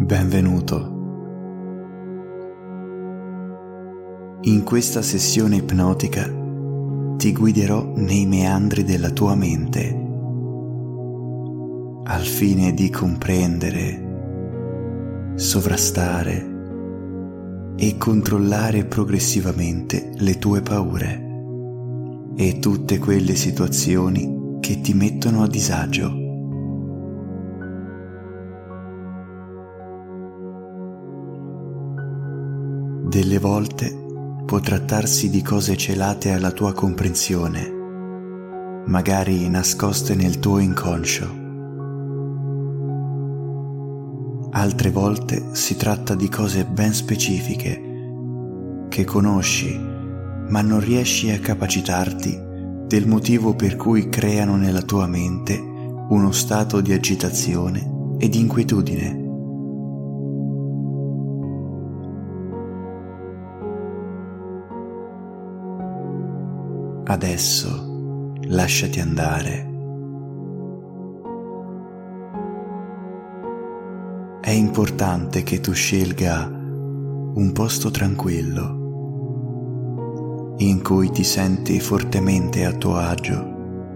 Benvenuto. In questa sessione ipnotica ti guiderò nei meandri della tua mente al fine di comprendere, sovrastare e controllare progressivamente le tue paure e tutte quelle situazioni che ti mettono a disagio. Delle volte può trattarsi di cose celate alla tua comprensione, magari nascoste nel tuo inconscio. Altre volte si tratta di cose ben specifiche che conosci, ma non riesci a capacitarti del motivo per cui creano nella tua mente uno stato di agitazione e di inquietudine. Adesso lasciati andare. È importante che tu scelga un posto tranquillo in cui ti senti fortemente a tuo agio.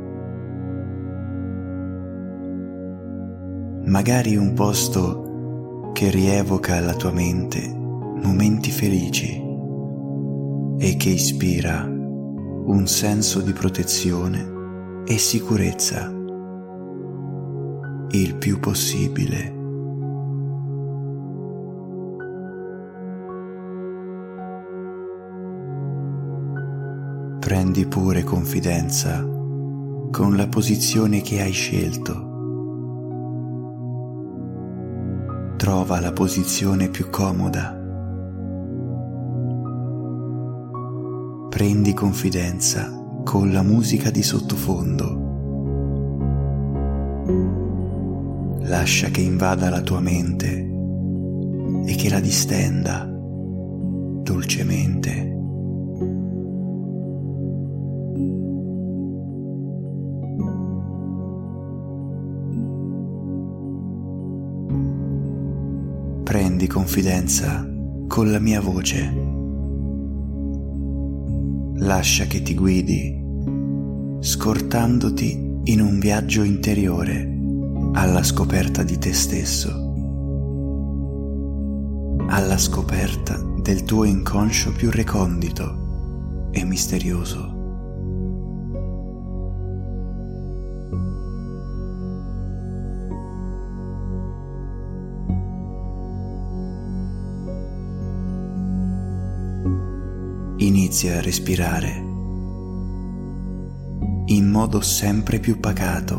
Magari un posto che rievoca alla tua mente momenti felici e che ispira un senso di protezione e sicurezza il più possibile. Prendi pure confidenza con la posizione che hai scelto. Trova la posizione più comoda. Prendi confidenza con la musica di sottofondo. Lascia che invada la tua mente e che la distenda dolcemente. Prendi confidenza con la mia voce. Lascia che ti guidi, scortandoti in un viaggio interiore alla scoperta di te stesso, alla scoperta del tuo inconscio più recondito e misterioso. Inizia a respirare in modo sempre più pacato.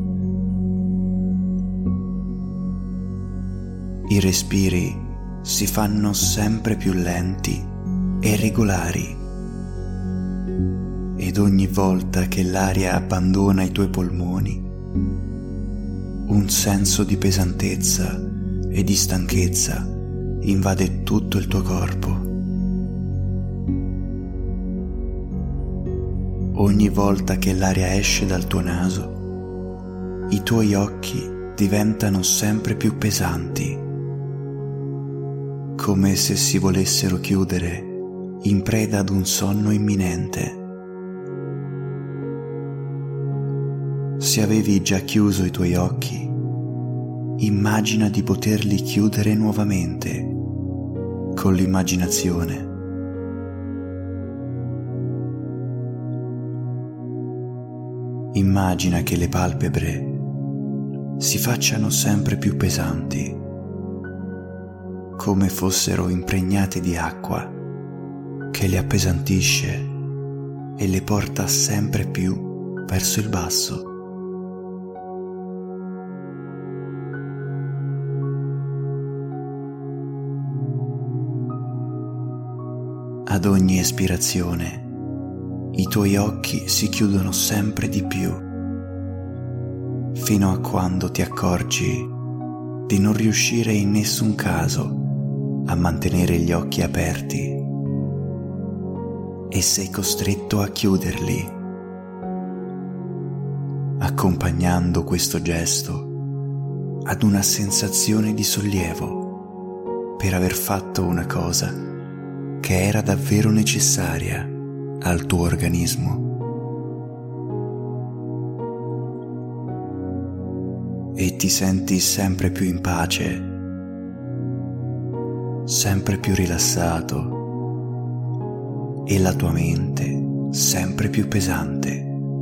I respiri si fanno sempre più lenti e regolari ed ogni volta che l'aria abbandona i tuoi polmoni, un senso di pesantezza e di stanchezza invade tutto il tuo corpo. Ogni volta che l'aria esce dal tuo naso, i tuoi occhi diventano sempre più pesanti, come se si volessero chiudere in preda ad un sonno imminente. Se avevi già chiuso i tuoi occhi, immagina di poterli chiudere nuovamente con l'immaginazione. Immagina che le palpebre si facciano sempre più pesanti, come fossero impregnate di acqua che le appesantisce e le porta sempre più verso il basso. Ad ogni espirazione i tuoi occhi si chiudono sempre di più, fino a quando ti accorgi di non riuscire in nessun caso a mantenere gli occhi aperti e sei costretto a chiuderli, accompagnando questo gesto ad una sensazione di sollievo per aver fatto una cosa che era davvero necessaria al tuo organismo. E ti senti sempre più in pace, sempre più rilassato e la tua mente sempre più pesante.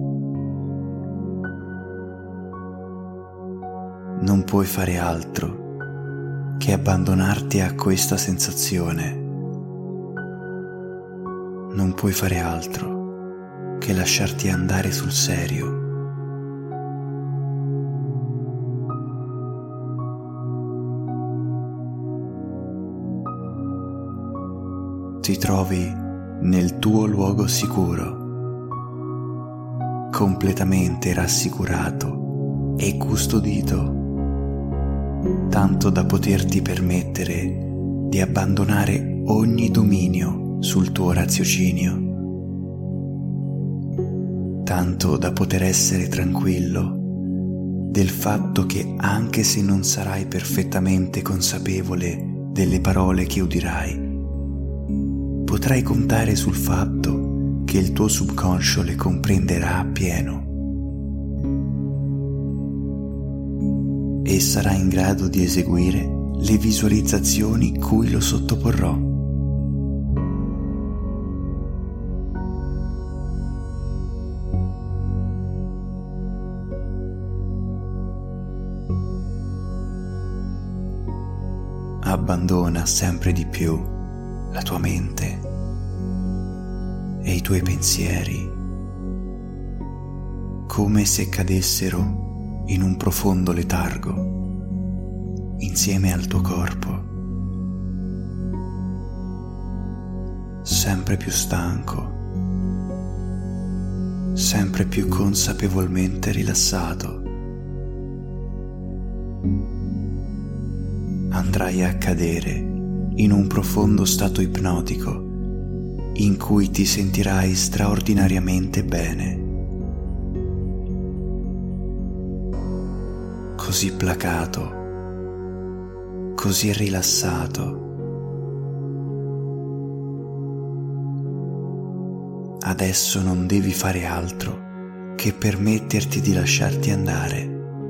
Non puoi fare altro che abbandonarti a questa sensazione. Non puoi fare altro che lasciarti andare sul serio. Ti trovi nel tuo luogo sicuro, completamente rassicurato e custodito, tanto da poterti permettere di abbandonare ogni dominio sul tuo raziocinio, tanto da poter essere tranquillo del fatto che anche se non sarai perfettamente consapevole delle parole che udirai, potrai contare sul fatto che il tuo subconscio le comprenderà appieno e sarà in grado di eseguire le visualizzazioni cui lo sottoporrò. Abbandona sempre di più la tua mente e i tuoi pensieri, come se cadessero in un profondo letargo insieme al tuo corpo, sempre più stanco, sempre più consapevolmente rilassato. Andrai a cadere in un profondo stato ipnotico in cui ti sentirai straordinariamente bene, così placato, così rilassato. Adesso non devi fare altro che permetterti di lasciarti andare,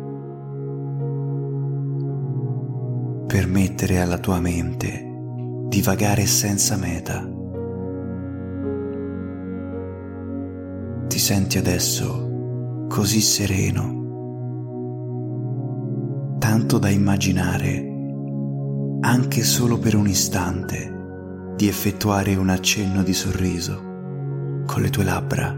permettere alla tua mente di vagare senza meta. Ti senti adesso così sereno, tanto da immaginare, anche solo per un istante, di effettuare un accenno di sorriso con le tue labbra.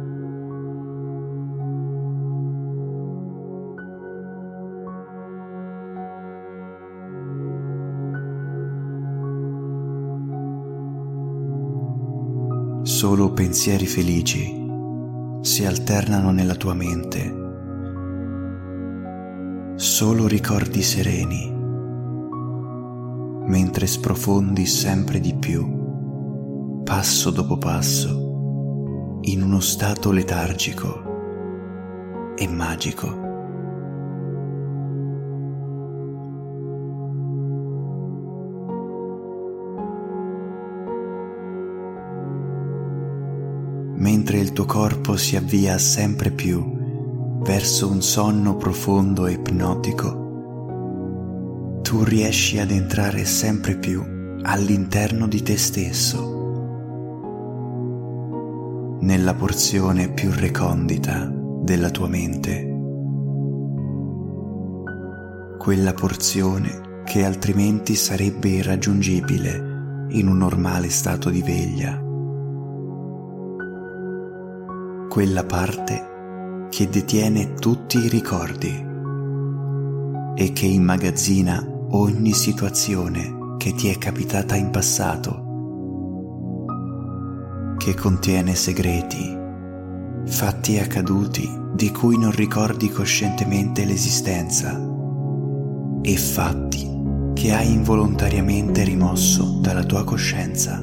Solo pensieri felici si alternano nella tua mente, solo ricordi sereni, mentre sprofondi sempre di più, passo dopo passo, in uno stato letargico e magico. Mentre il tuo corpo si avvia sempre più verso un sonno profondo e ipnotico, tu riesci ad entrare sempre più all'interno di te stesso, nella porzione più recondita della tua mente, quella porzione che altrimenti sarebbe irraggiungibile in un normale stato di veglia. Quella parte che detiene tutti i ricordi e che immagazzina ogni situazione che ti è capitata in passato, che contiene segreti, fatti accaduti di cui non ricordi coscientemente l'esistenza e fatti che hai involontariamente rimosso dalla tua coscienza.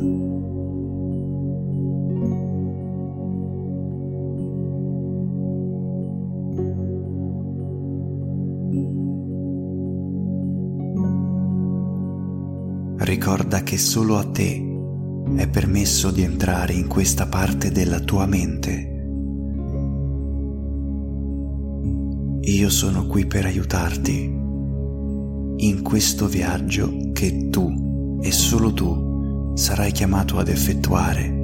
Ricorda che solo a te è permesso di entrare in questa parte della tua mente. Io sono qui per aiutarti in questo viaggio che tu e solo tu sarai chiamato ad effettuare.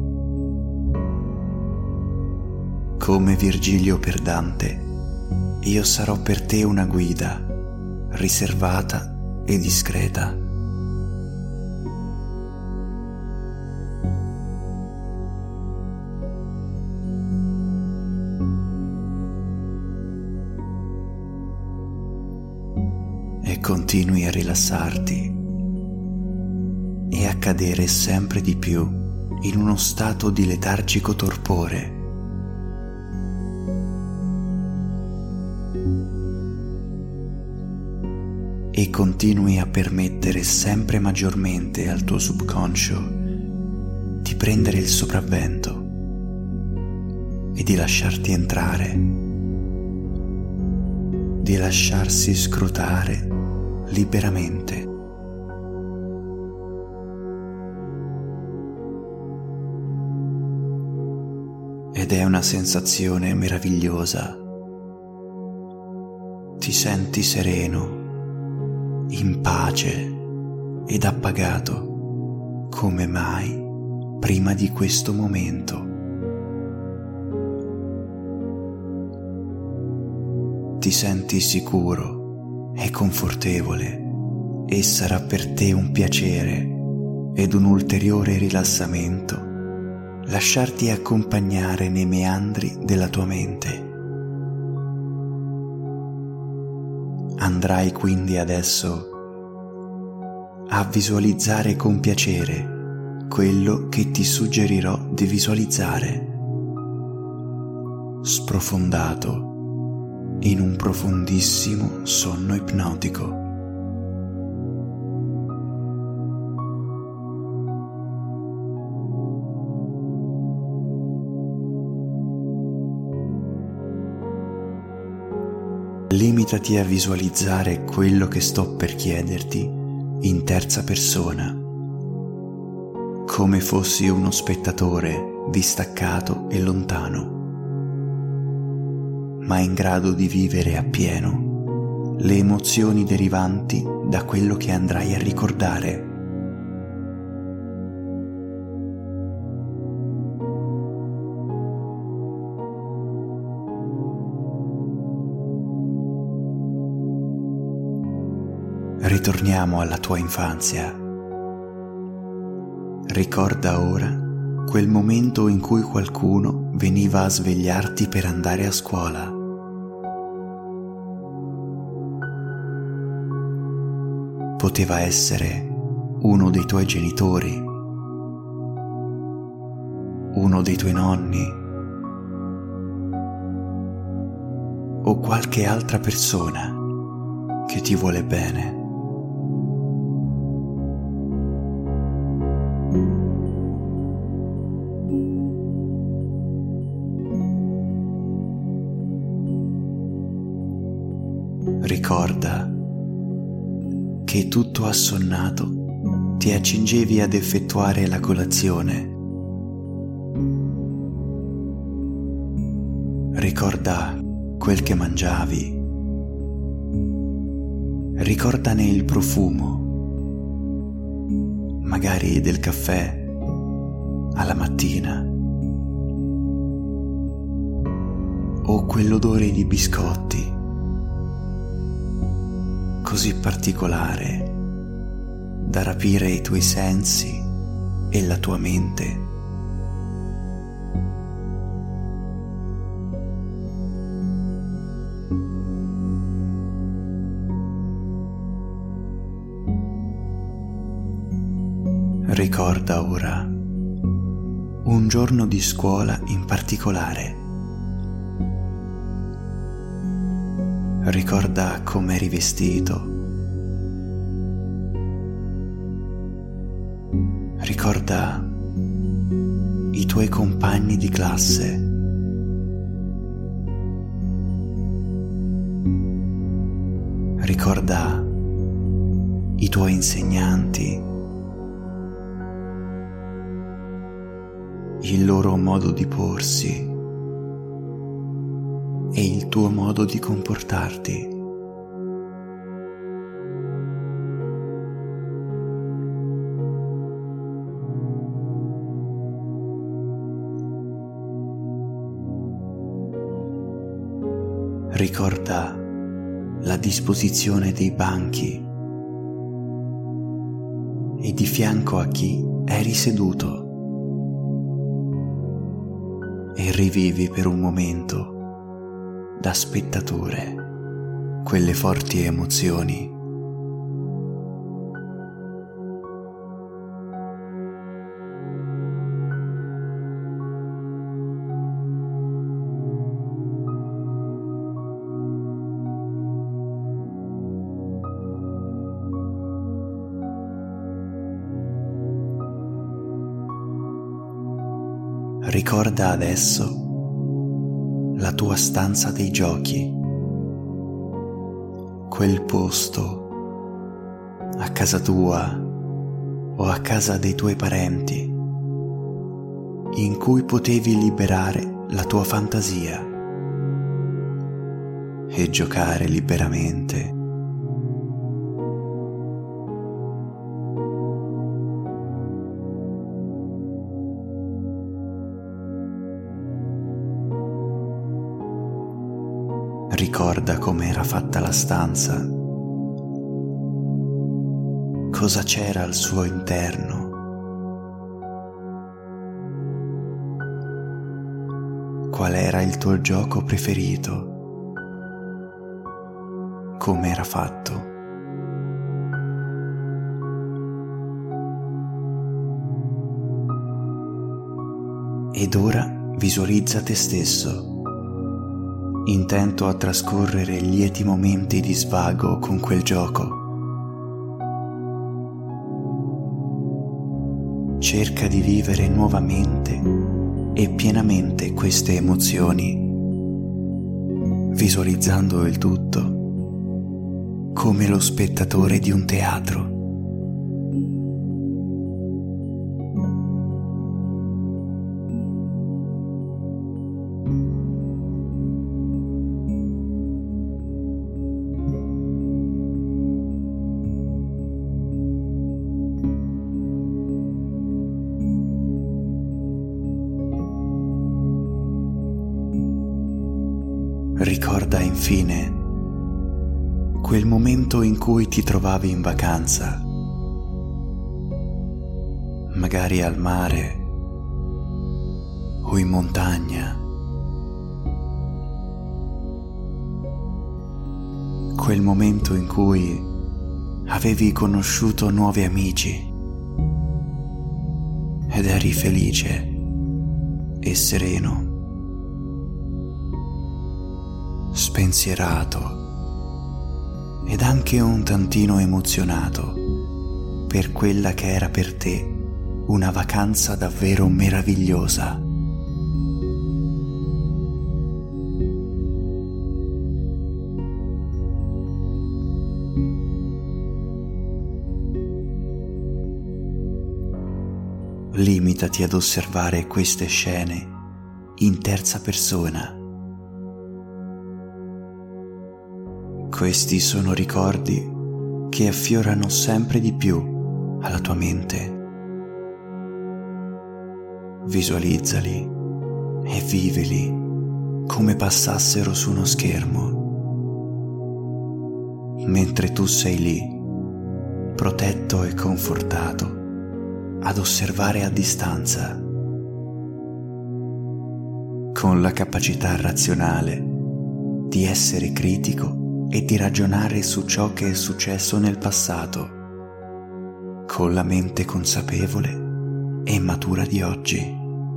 Come Virgilio per Dante, io sarò per te una guida riservata e discreta. E continui a rilassarti e a cadere sempre di più in uno stato di letargico torpore. E continui a permettere sempre maggiormente al tuo subconscio di prendere il sopravvento e di lasciarti entrare, di lasciarsi scrutare liberamente. Ed è una sensazione meravigliosa. Ti senti sereno, in pace ed appagato come mai prima di questo momento. Ti senti sicuro e confortevole e sarà per te un piacere ed un ulteriore rilassamento lasciarti accompagnare nei meandri della tua mente. Andrai quindi adesso a visualizzare con piacere quello che ti suggerirò di visualizzare, sprofondato in un profondissimo sonno ipnotico. Limitati a visualizzare quello che sto per chiederti in terza persona, come fossi uno spettatore distaccato e lontano, ma in grado di vivere appieno le emozioni derivanti da quello che andrai a ricordare. Ritorniamo alla tua infanzia. Ricorda ora quel momento in cui qualcuno veniva a svegliarti per andare a scuola. Poteva essere uno dei tuoi genitori, uno dei tuoi nonni o qualche altra persona che ti vuole bene. Ricorda che tutto assonnato ti accingevi ad effettuare la colazione. Ricorda quel che mangiavi. Ricordane il profumo, magari del caffè alla mattina, o quell'odore di biscotti così particolare da rapire i tuoi sensi e la tua mente. Ricorda ora un giorno di scuola in particolare. Ricorda come eri vestito. Ricorda i tuoi compagni di classe. Ricorda i tuoi insegnanti, il loro modo di porsi e il tuo modo di comportarti. Ricorda la disposizione dei banchi e di fianco a chi eri seduto e rivivi per un momento da spettatore quelle forti emozioni. Ricorda adesso la tua stanza dei giochi, quel posto a casa tua o a casa dei tuoi parenti in cui potevi liberare la tua fantasia e giocare liberamente. Ricorda com'era fatta la stanza, cosa c'era al suo interno, qual era il tuo gioco preferito, com'era fatto. Ed ora visualizza te stesso, intento a trascorrere lieti momenti di svago con quel gioco. Cerca di vivere nuovamente e pienamente queste emozioni, visualizzando il tutto come lo spettatore di un teatro. Ricorda infine quel momento in cui ti trovavi in vacanza, magari al mare o in montagna. Quel momento in cui avevi conosciuto nuovi amici ed eri felice e sereno, spensierato ed anche un tantino emozionato per quella che era per te una vacanza davvero meravigliosa. Limitati ad osservare queste scene in terza persona. Questi sono ricordi che affiorano sempre di più alla tua mente. Visualizzali e vivili come passassero su uno schermo, mentre tu sei lì, protetto e confortato, ad osservare a distanza, con la capacità razionale di essere critico e di ragionare su ciò che è successo nel passato, con la mente consapevole e matura di oggi.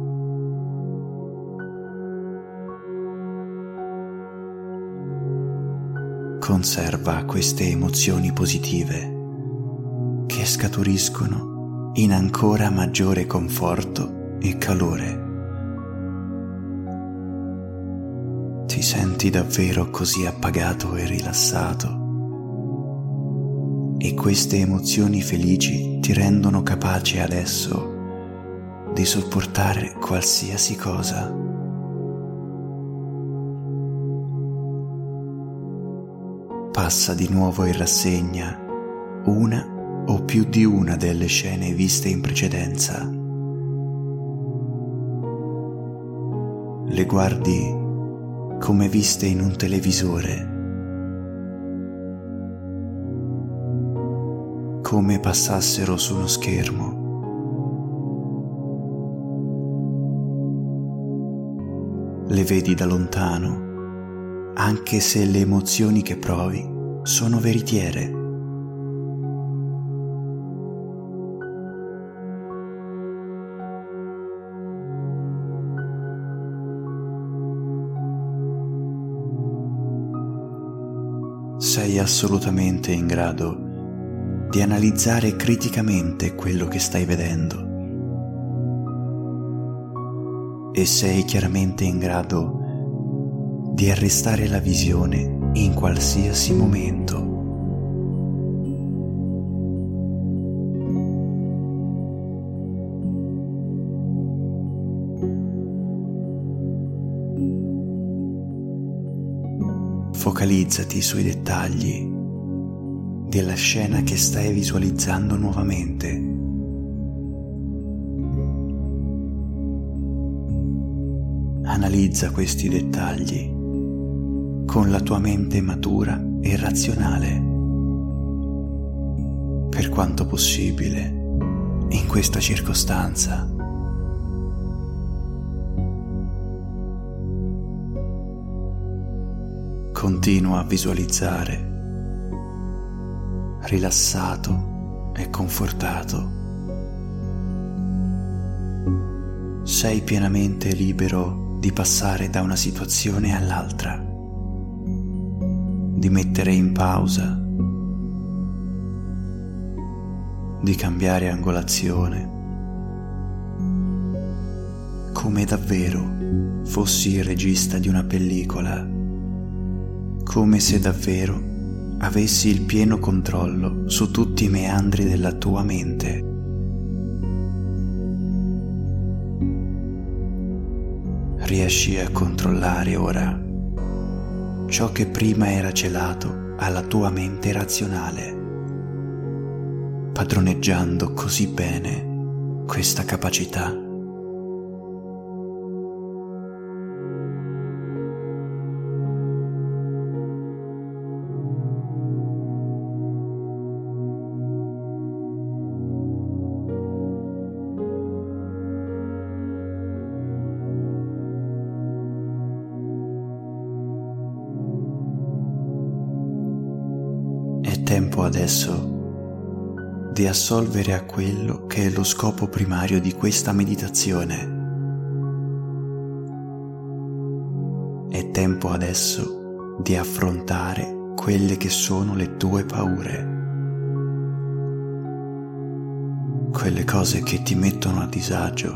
Conserva queste emozioni positive che scaturiscono in ancora maggiore conforto e calore. Ti senti davvero così appagato e rilassato e queste emozioni felici ti rendono capace adesso di sopportare qualsiasi cosa. Passa di nuovo in rassegna una o più di una delle scene viste in precedenza. Le guardi come viste in un televisore, come passassero su uno schermo. Le vedi da lontano, anche se le emozioni che provi sono veritiere. Sei assolutamente in grado di analizzare criticamente quello che stai vedendo e sei chiaramente in grado di arrestare la visione in qualsiasi momento. Focalizzati sui dettagli della scena che stai visualizzando nuovamente. Analizza questi dettagli con la tua mente matura e razionale, per quanto possibile in questa circostanza. Continua a visualizzare, rilassato e confortato. Sei pienamente libero di passare da una situazione all'altra, di mettere in pausa, di cambiare angolazione, come davvero fossi il regista di una pellicola, come se davvero avessi il pieno controllo su tutti i meandri della tua mente. Riesci a controllare ora ciò che prima era celato alla tua mente razionale, padroneggiando così bene questa capacità. Tempo adesso di assolvere a quello che è lo scopo primario di questa meditazione. È tempo adesso di affrontare quelle che sono le tue paure, quelle cose che ti mettono a disagio.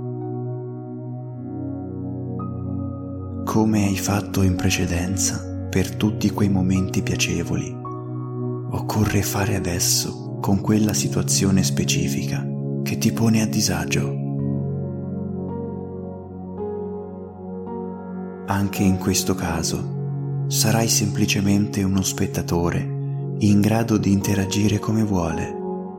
Come hai fatto in precedenza per tutti quei momenti piacevoli, occorre fare adesso con quella situazione specifica che ti pone a disagio. Anche in questo caso sarai semplicemente uno spettatore in grado di interagire come vuole.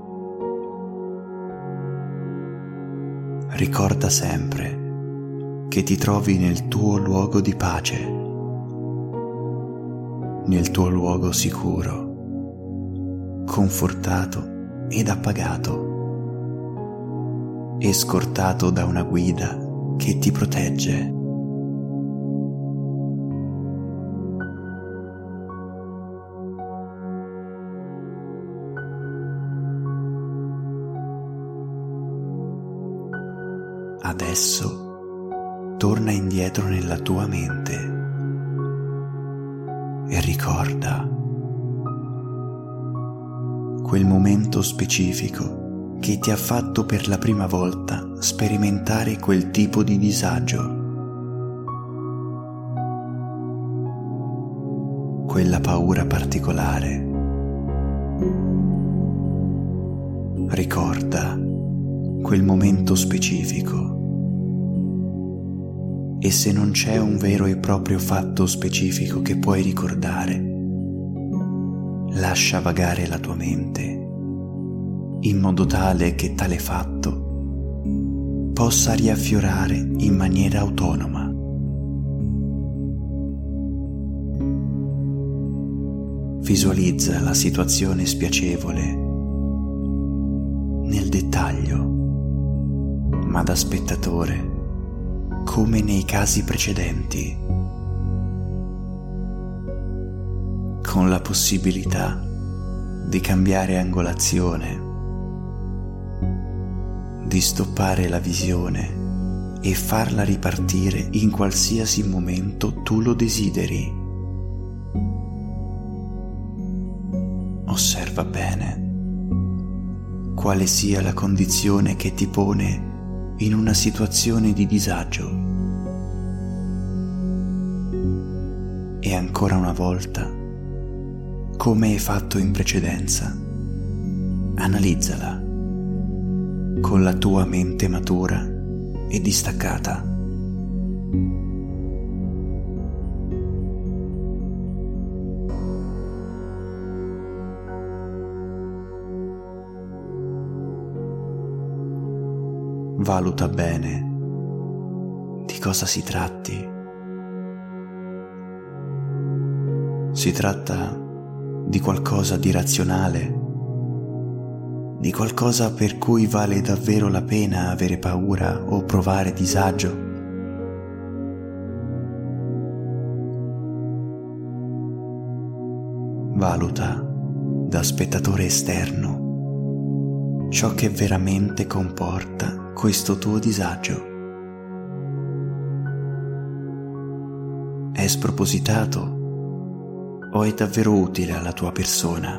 Ricorda sempre che ti trovi nel tuo luogo di pace, nel tuo luogo sicuro, confortato ed appagato e scortato da una guida che ti protegge. Adesso torna indietro nella tua mente e ricorda quel momento specifico che ti ha fatto per la prima volta sperimentare quel tipo di disagio, quella paura particolare. Ricorda quel momento specifico e se non c'è un vero e proprio fatto specifico che puoi ricordare, lascia vagare la tua mente in modo tale che tale fatto possa riaffiorare in maniera autonoma. Visualizza la situazione spiacevole nel dettaglio, ma da spettatore, come nei casi precedenti, con la possibilità di cambiare angolazione, di stoppare la visione e farla ripartire in qualsiasi momento tu lo desideri. Osserva bene quale sia la condizione che ti pone in una situazione di disagio. E ancora una volta, come hai fatto in precedenza, analizzala con la tua mente matura e distaccata. Valuta bene di cosa si tratti. Si tratta di qualcosa di razionale, di qualcosa per cui vale davvero la pena avere paura o provare disagio. Valuta da spettatore esterno ciò che veramente comporta questo tuo disagio. È spropositato o è davvero utile alla tua persona?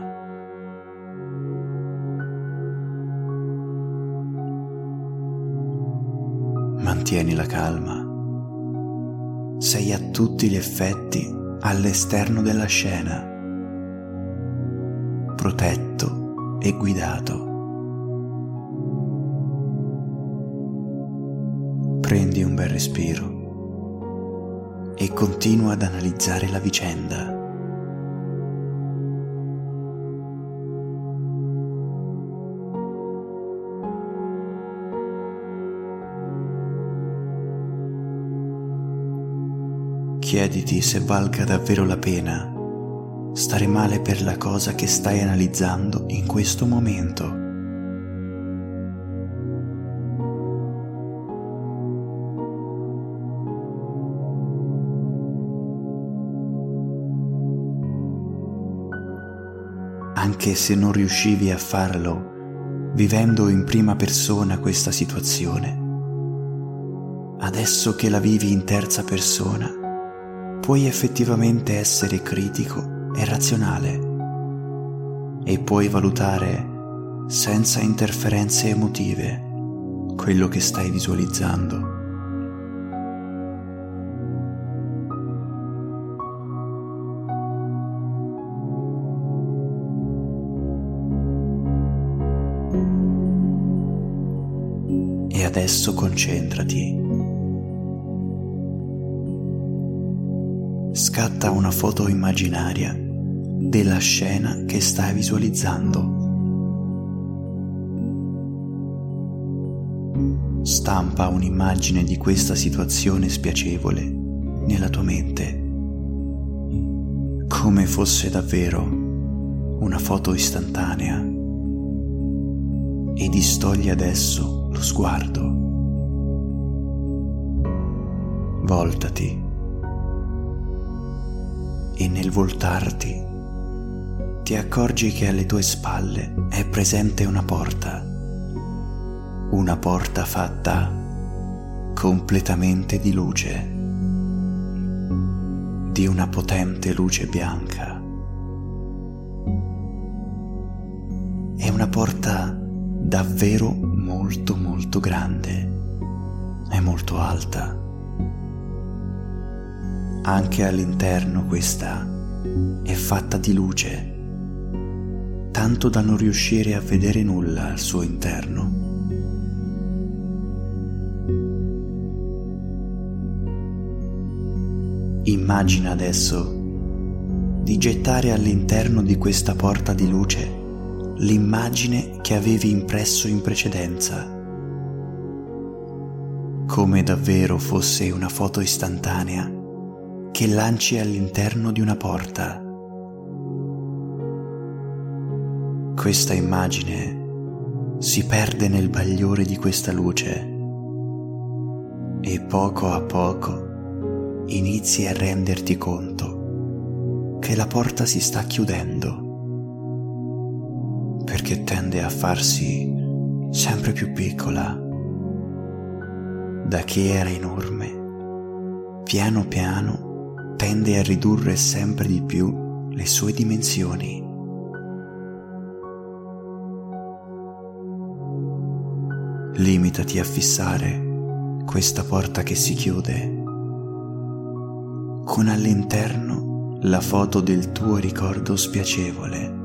Mantieni la calma. Sei a tutti gli effetti all'esterno della scena, protetto e guidato. Prendi un bel respiro e continua ad analizzare la vicenda. Chiediti se valga davvero la pena stare male per la cosa che stai analizzando in questo momento. Anche se non riuscivi a farlo vivendo in prima persona questa situazione, adesso che la vivi in terza persona, puoi effettivamente essere critico e razionale e puoi valutare senza interferenze emotive quello che stai visualizzando. E adesso concentrati. Scatta una foto immaginaria della scena che stai visualizzando. Stampa un'immagine di questa situazione spiacevole nella tua mente, come fosse davvero una foto istantanea, e distogli adesso lo sguardo. Voltati e nel voltarti ti accorgi che alle tue spalle è presente una porta fatta completamente di luce, di una potente luce bianca. È una porta davvero molto molto grande e molto alta. Anche all'interno questa è fatta di luce, tanto da non riuscire a vedere nulla al suo interno. Immagina adesso di gettare all'interno di questa porta di luce l'immagine che avevi impresso in precedenza, come davvero fosse una foto istantanea che lanci all'interno di una porta. Questa immagine si perde nel bagliore di questa luce e poco a poco inizi a renderti conto che la porta si sta chiudendo, perché tende a farsi sempre più piccola. Da che era enorme, piano piano tende a ridurre sempre di più le sue dimensioni. Limitati a fissare questa porta che si chiude, con all'interno la foto del tuo ricordo spiacevole,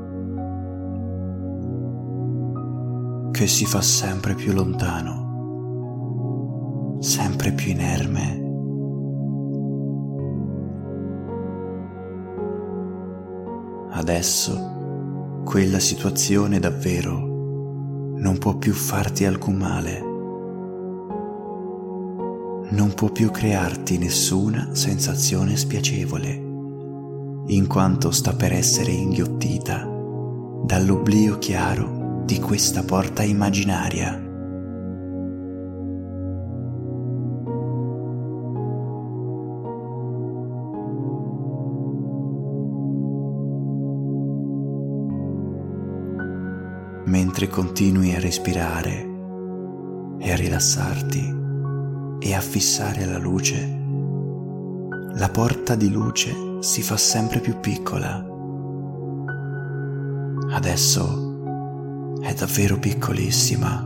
che si fa sempre più lontano, sempre più inerme. Adesso quella situazione davvero non può più farti alcun male, non può più crearti nessuna sensazione spiacevole, in quanto sta per essere inghiottita dall'oblio chiaro di questa porta immaginaria. Mentre continui a respirare e a rilassarti e a fissare la luce, la porta di luce si fa sempre più piccola. Adesso è davvero piccolissima,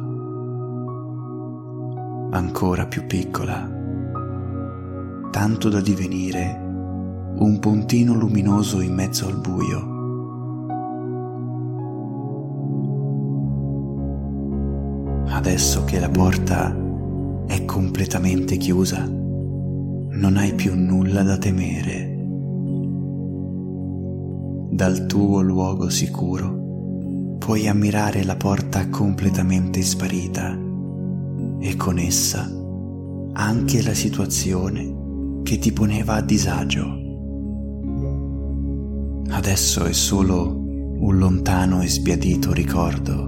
ancora più piccola, tanto da divenire un puntino luminoso in mezzo al buio. Adesso che la porta è completamente chiusa, non hai più nulla da temere. Dal tuo luogo sicuro puoi ammirare la porta completamente sparita e con essa anche la situazione che ti poneva a disagio. Adesso è solo un lontano e sbiadito ricordo.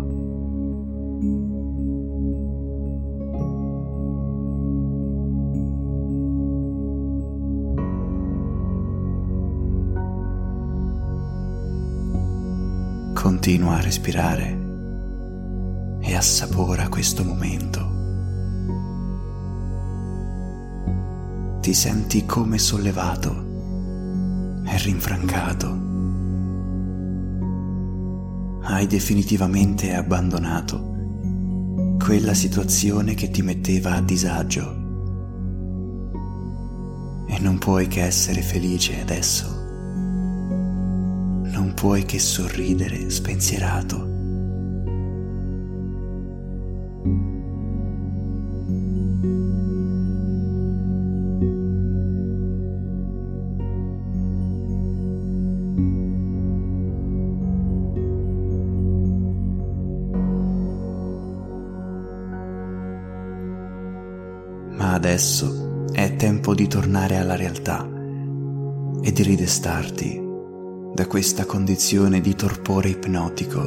Continua a respirare e assapora questo momento. Ti senti come sollevato e rinfrancato. Hai definitivamente abbandonato quella situazione che ti metteva a disagio e non puoi che essere felice adesso. Non puoi che sorridere spensierato. Ma adesso è tempo di tornare alla realtà e di ridestarti da questa condizione di torpore ipnotico.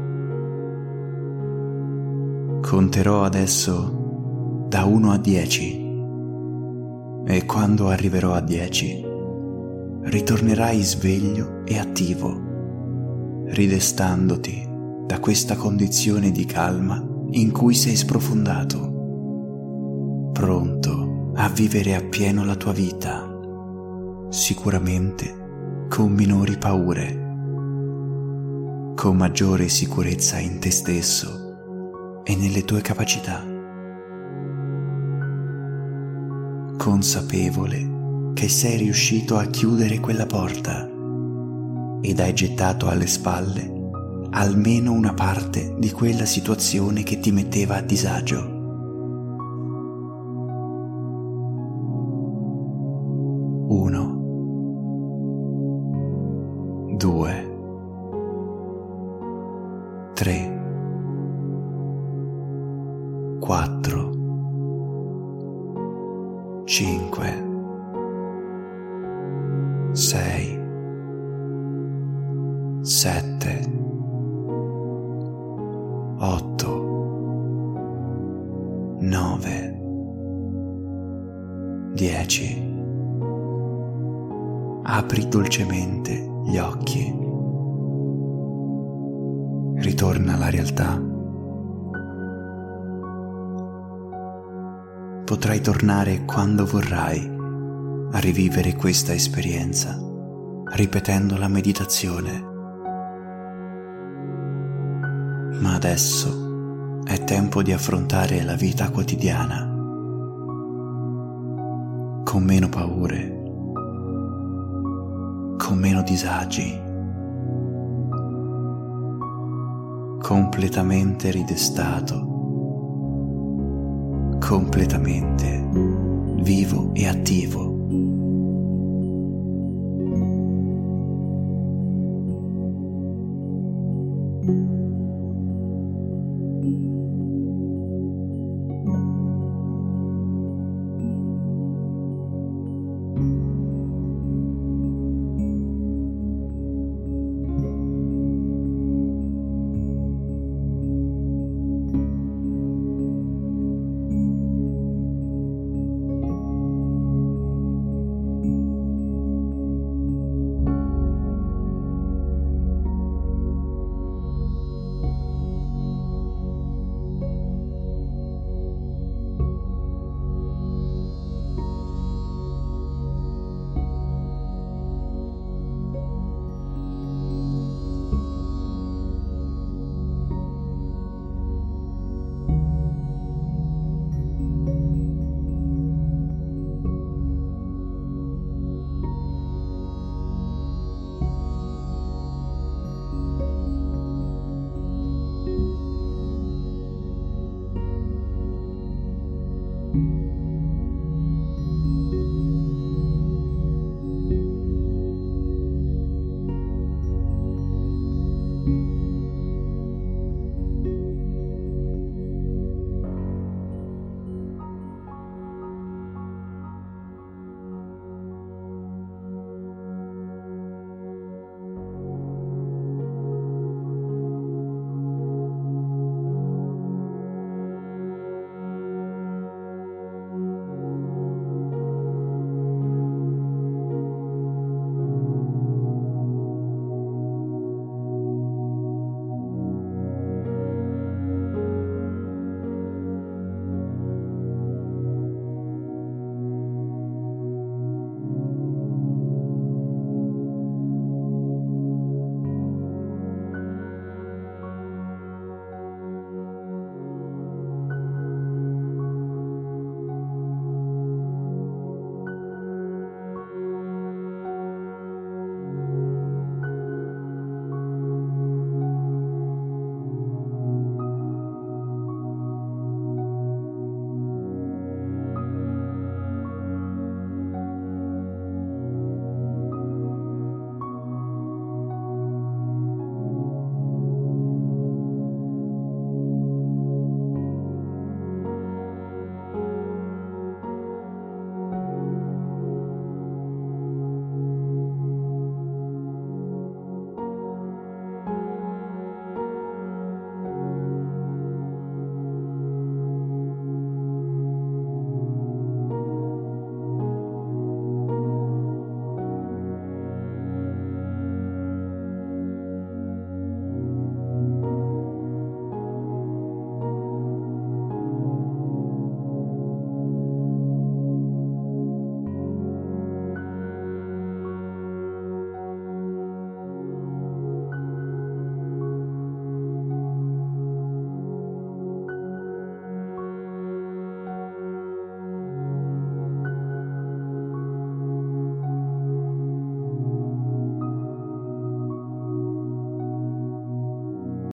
Conterò adesso da 1 a 10 e quando arriverò a 10 ritornerai sveglio e attivo, ridestandoti da questa condizione di calma in cui sei sprofondato, pronto a vivere appieno la tua vita, sicuramente con minori paure, con maggiore sicurezza in te stesso e nelle tue capacità, consapevole che sei riuscito a chiudere quella porta ed hai gettato alle spalle almeno una parte di quella situazione che ti metteva a disagio. 1, 2, 3, 4, 5, 6, 7, 8, 9, 10. Apri dolcemente gli occhi. Ritorna alla realtà. Potrai tornare quando vorrai a rivivere questa esperienza, ripetendo la meditazione. Ma adesso è tempo di affrontare la vita quotidiana con meno paure, con meno disagi, completamente ridestato, completamente vivo e attivo.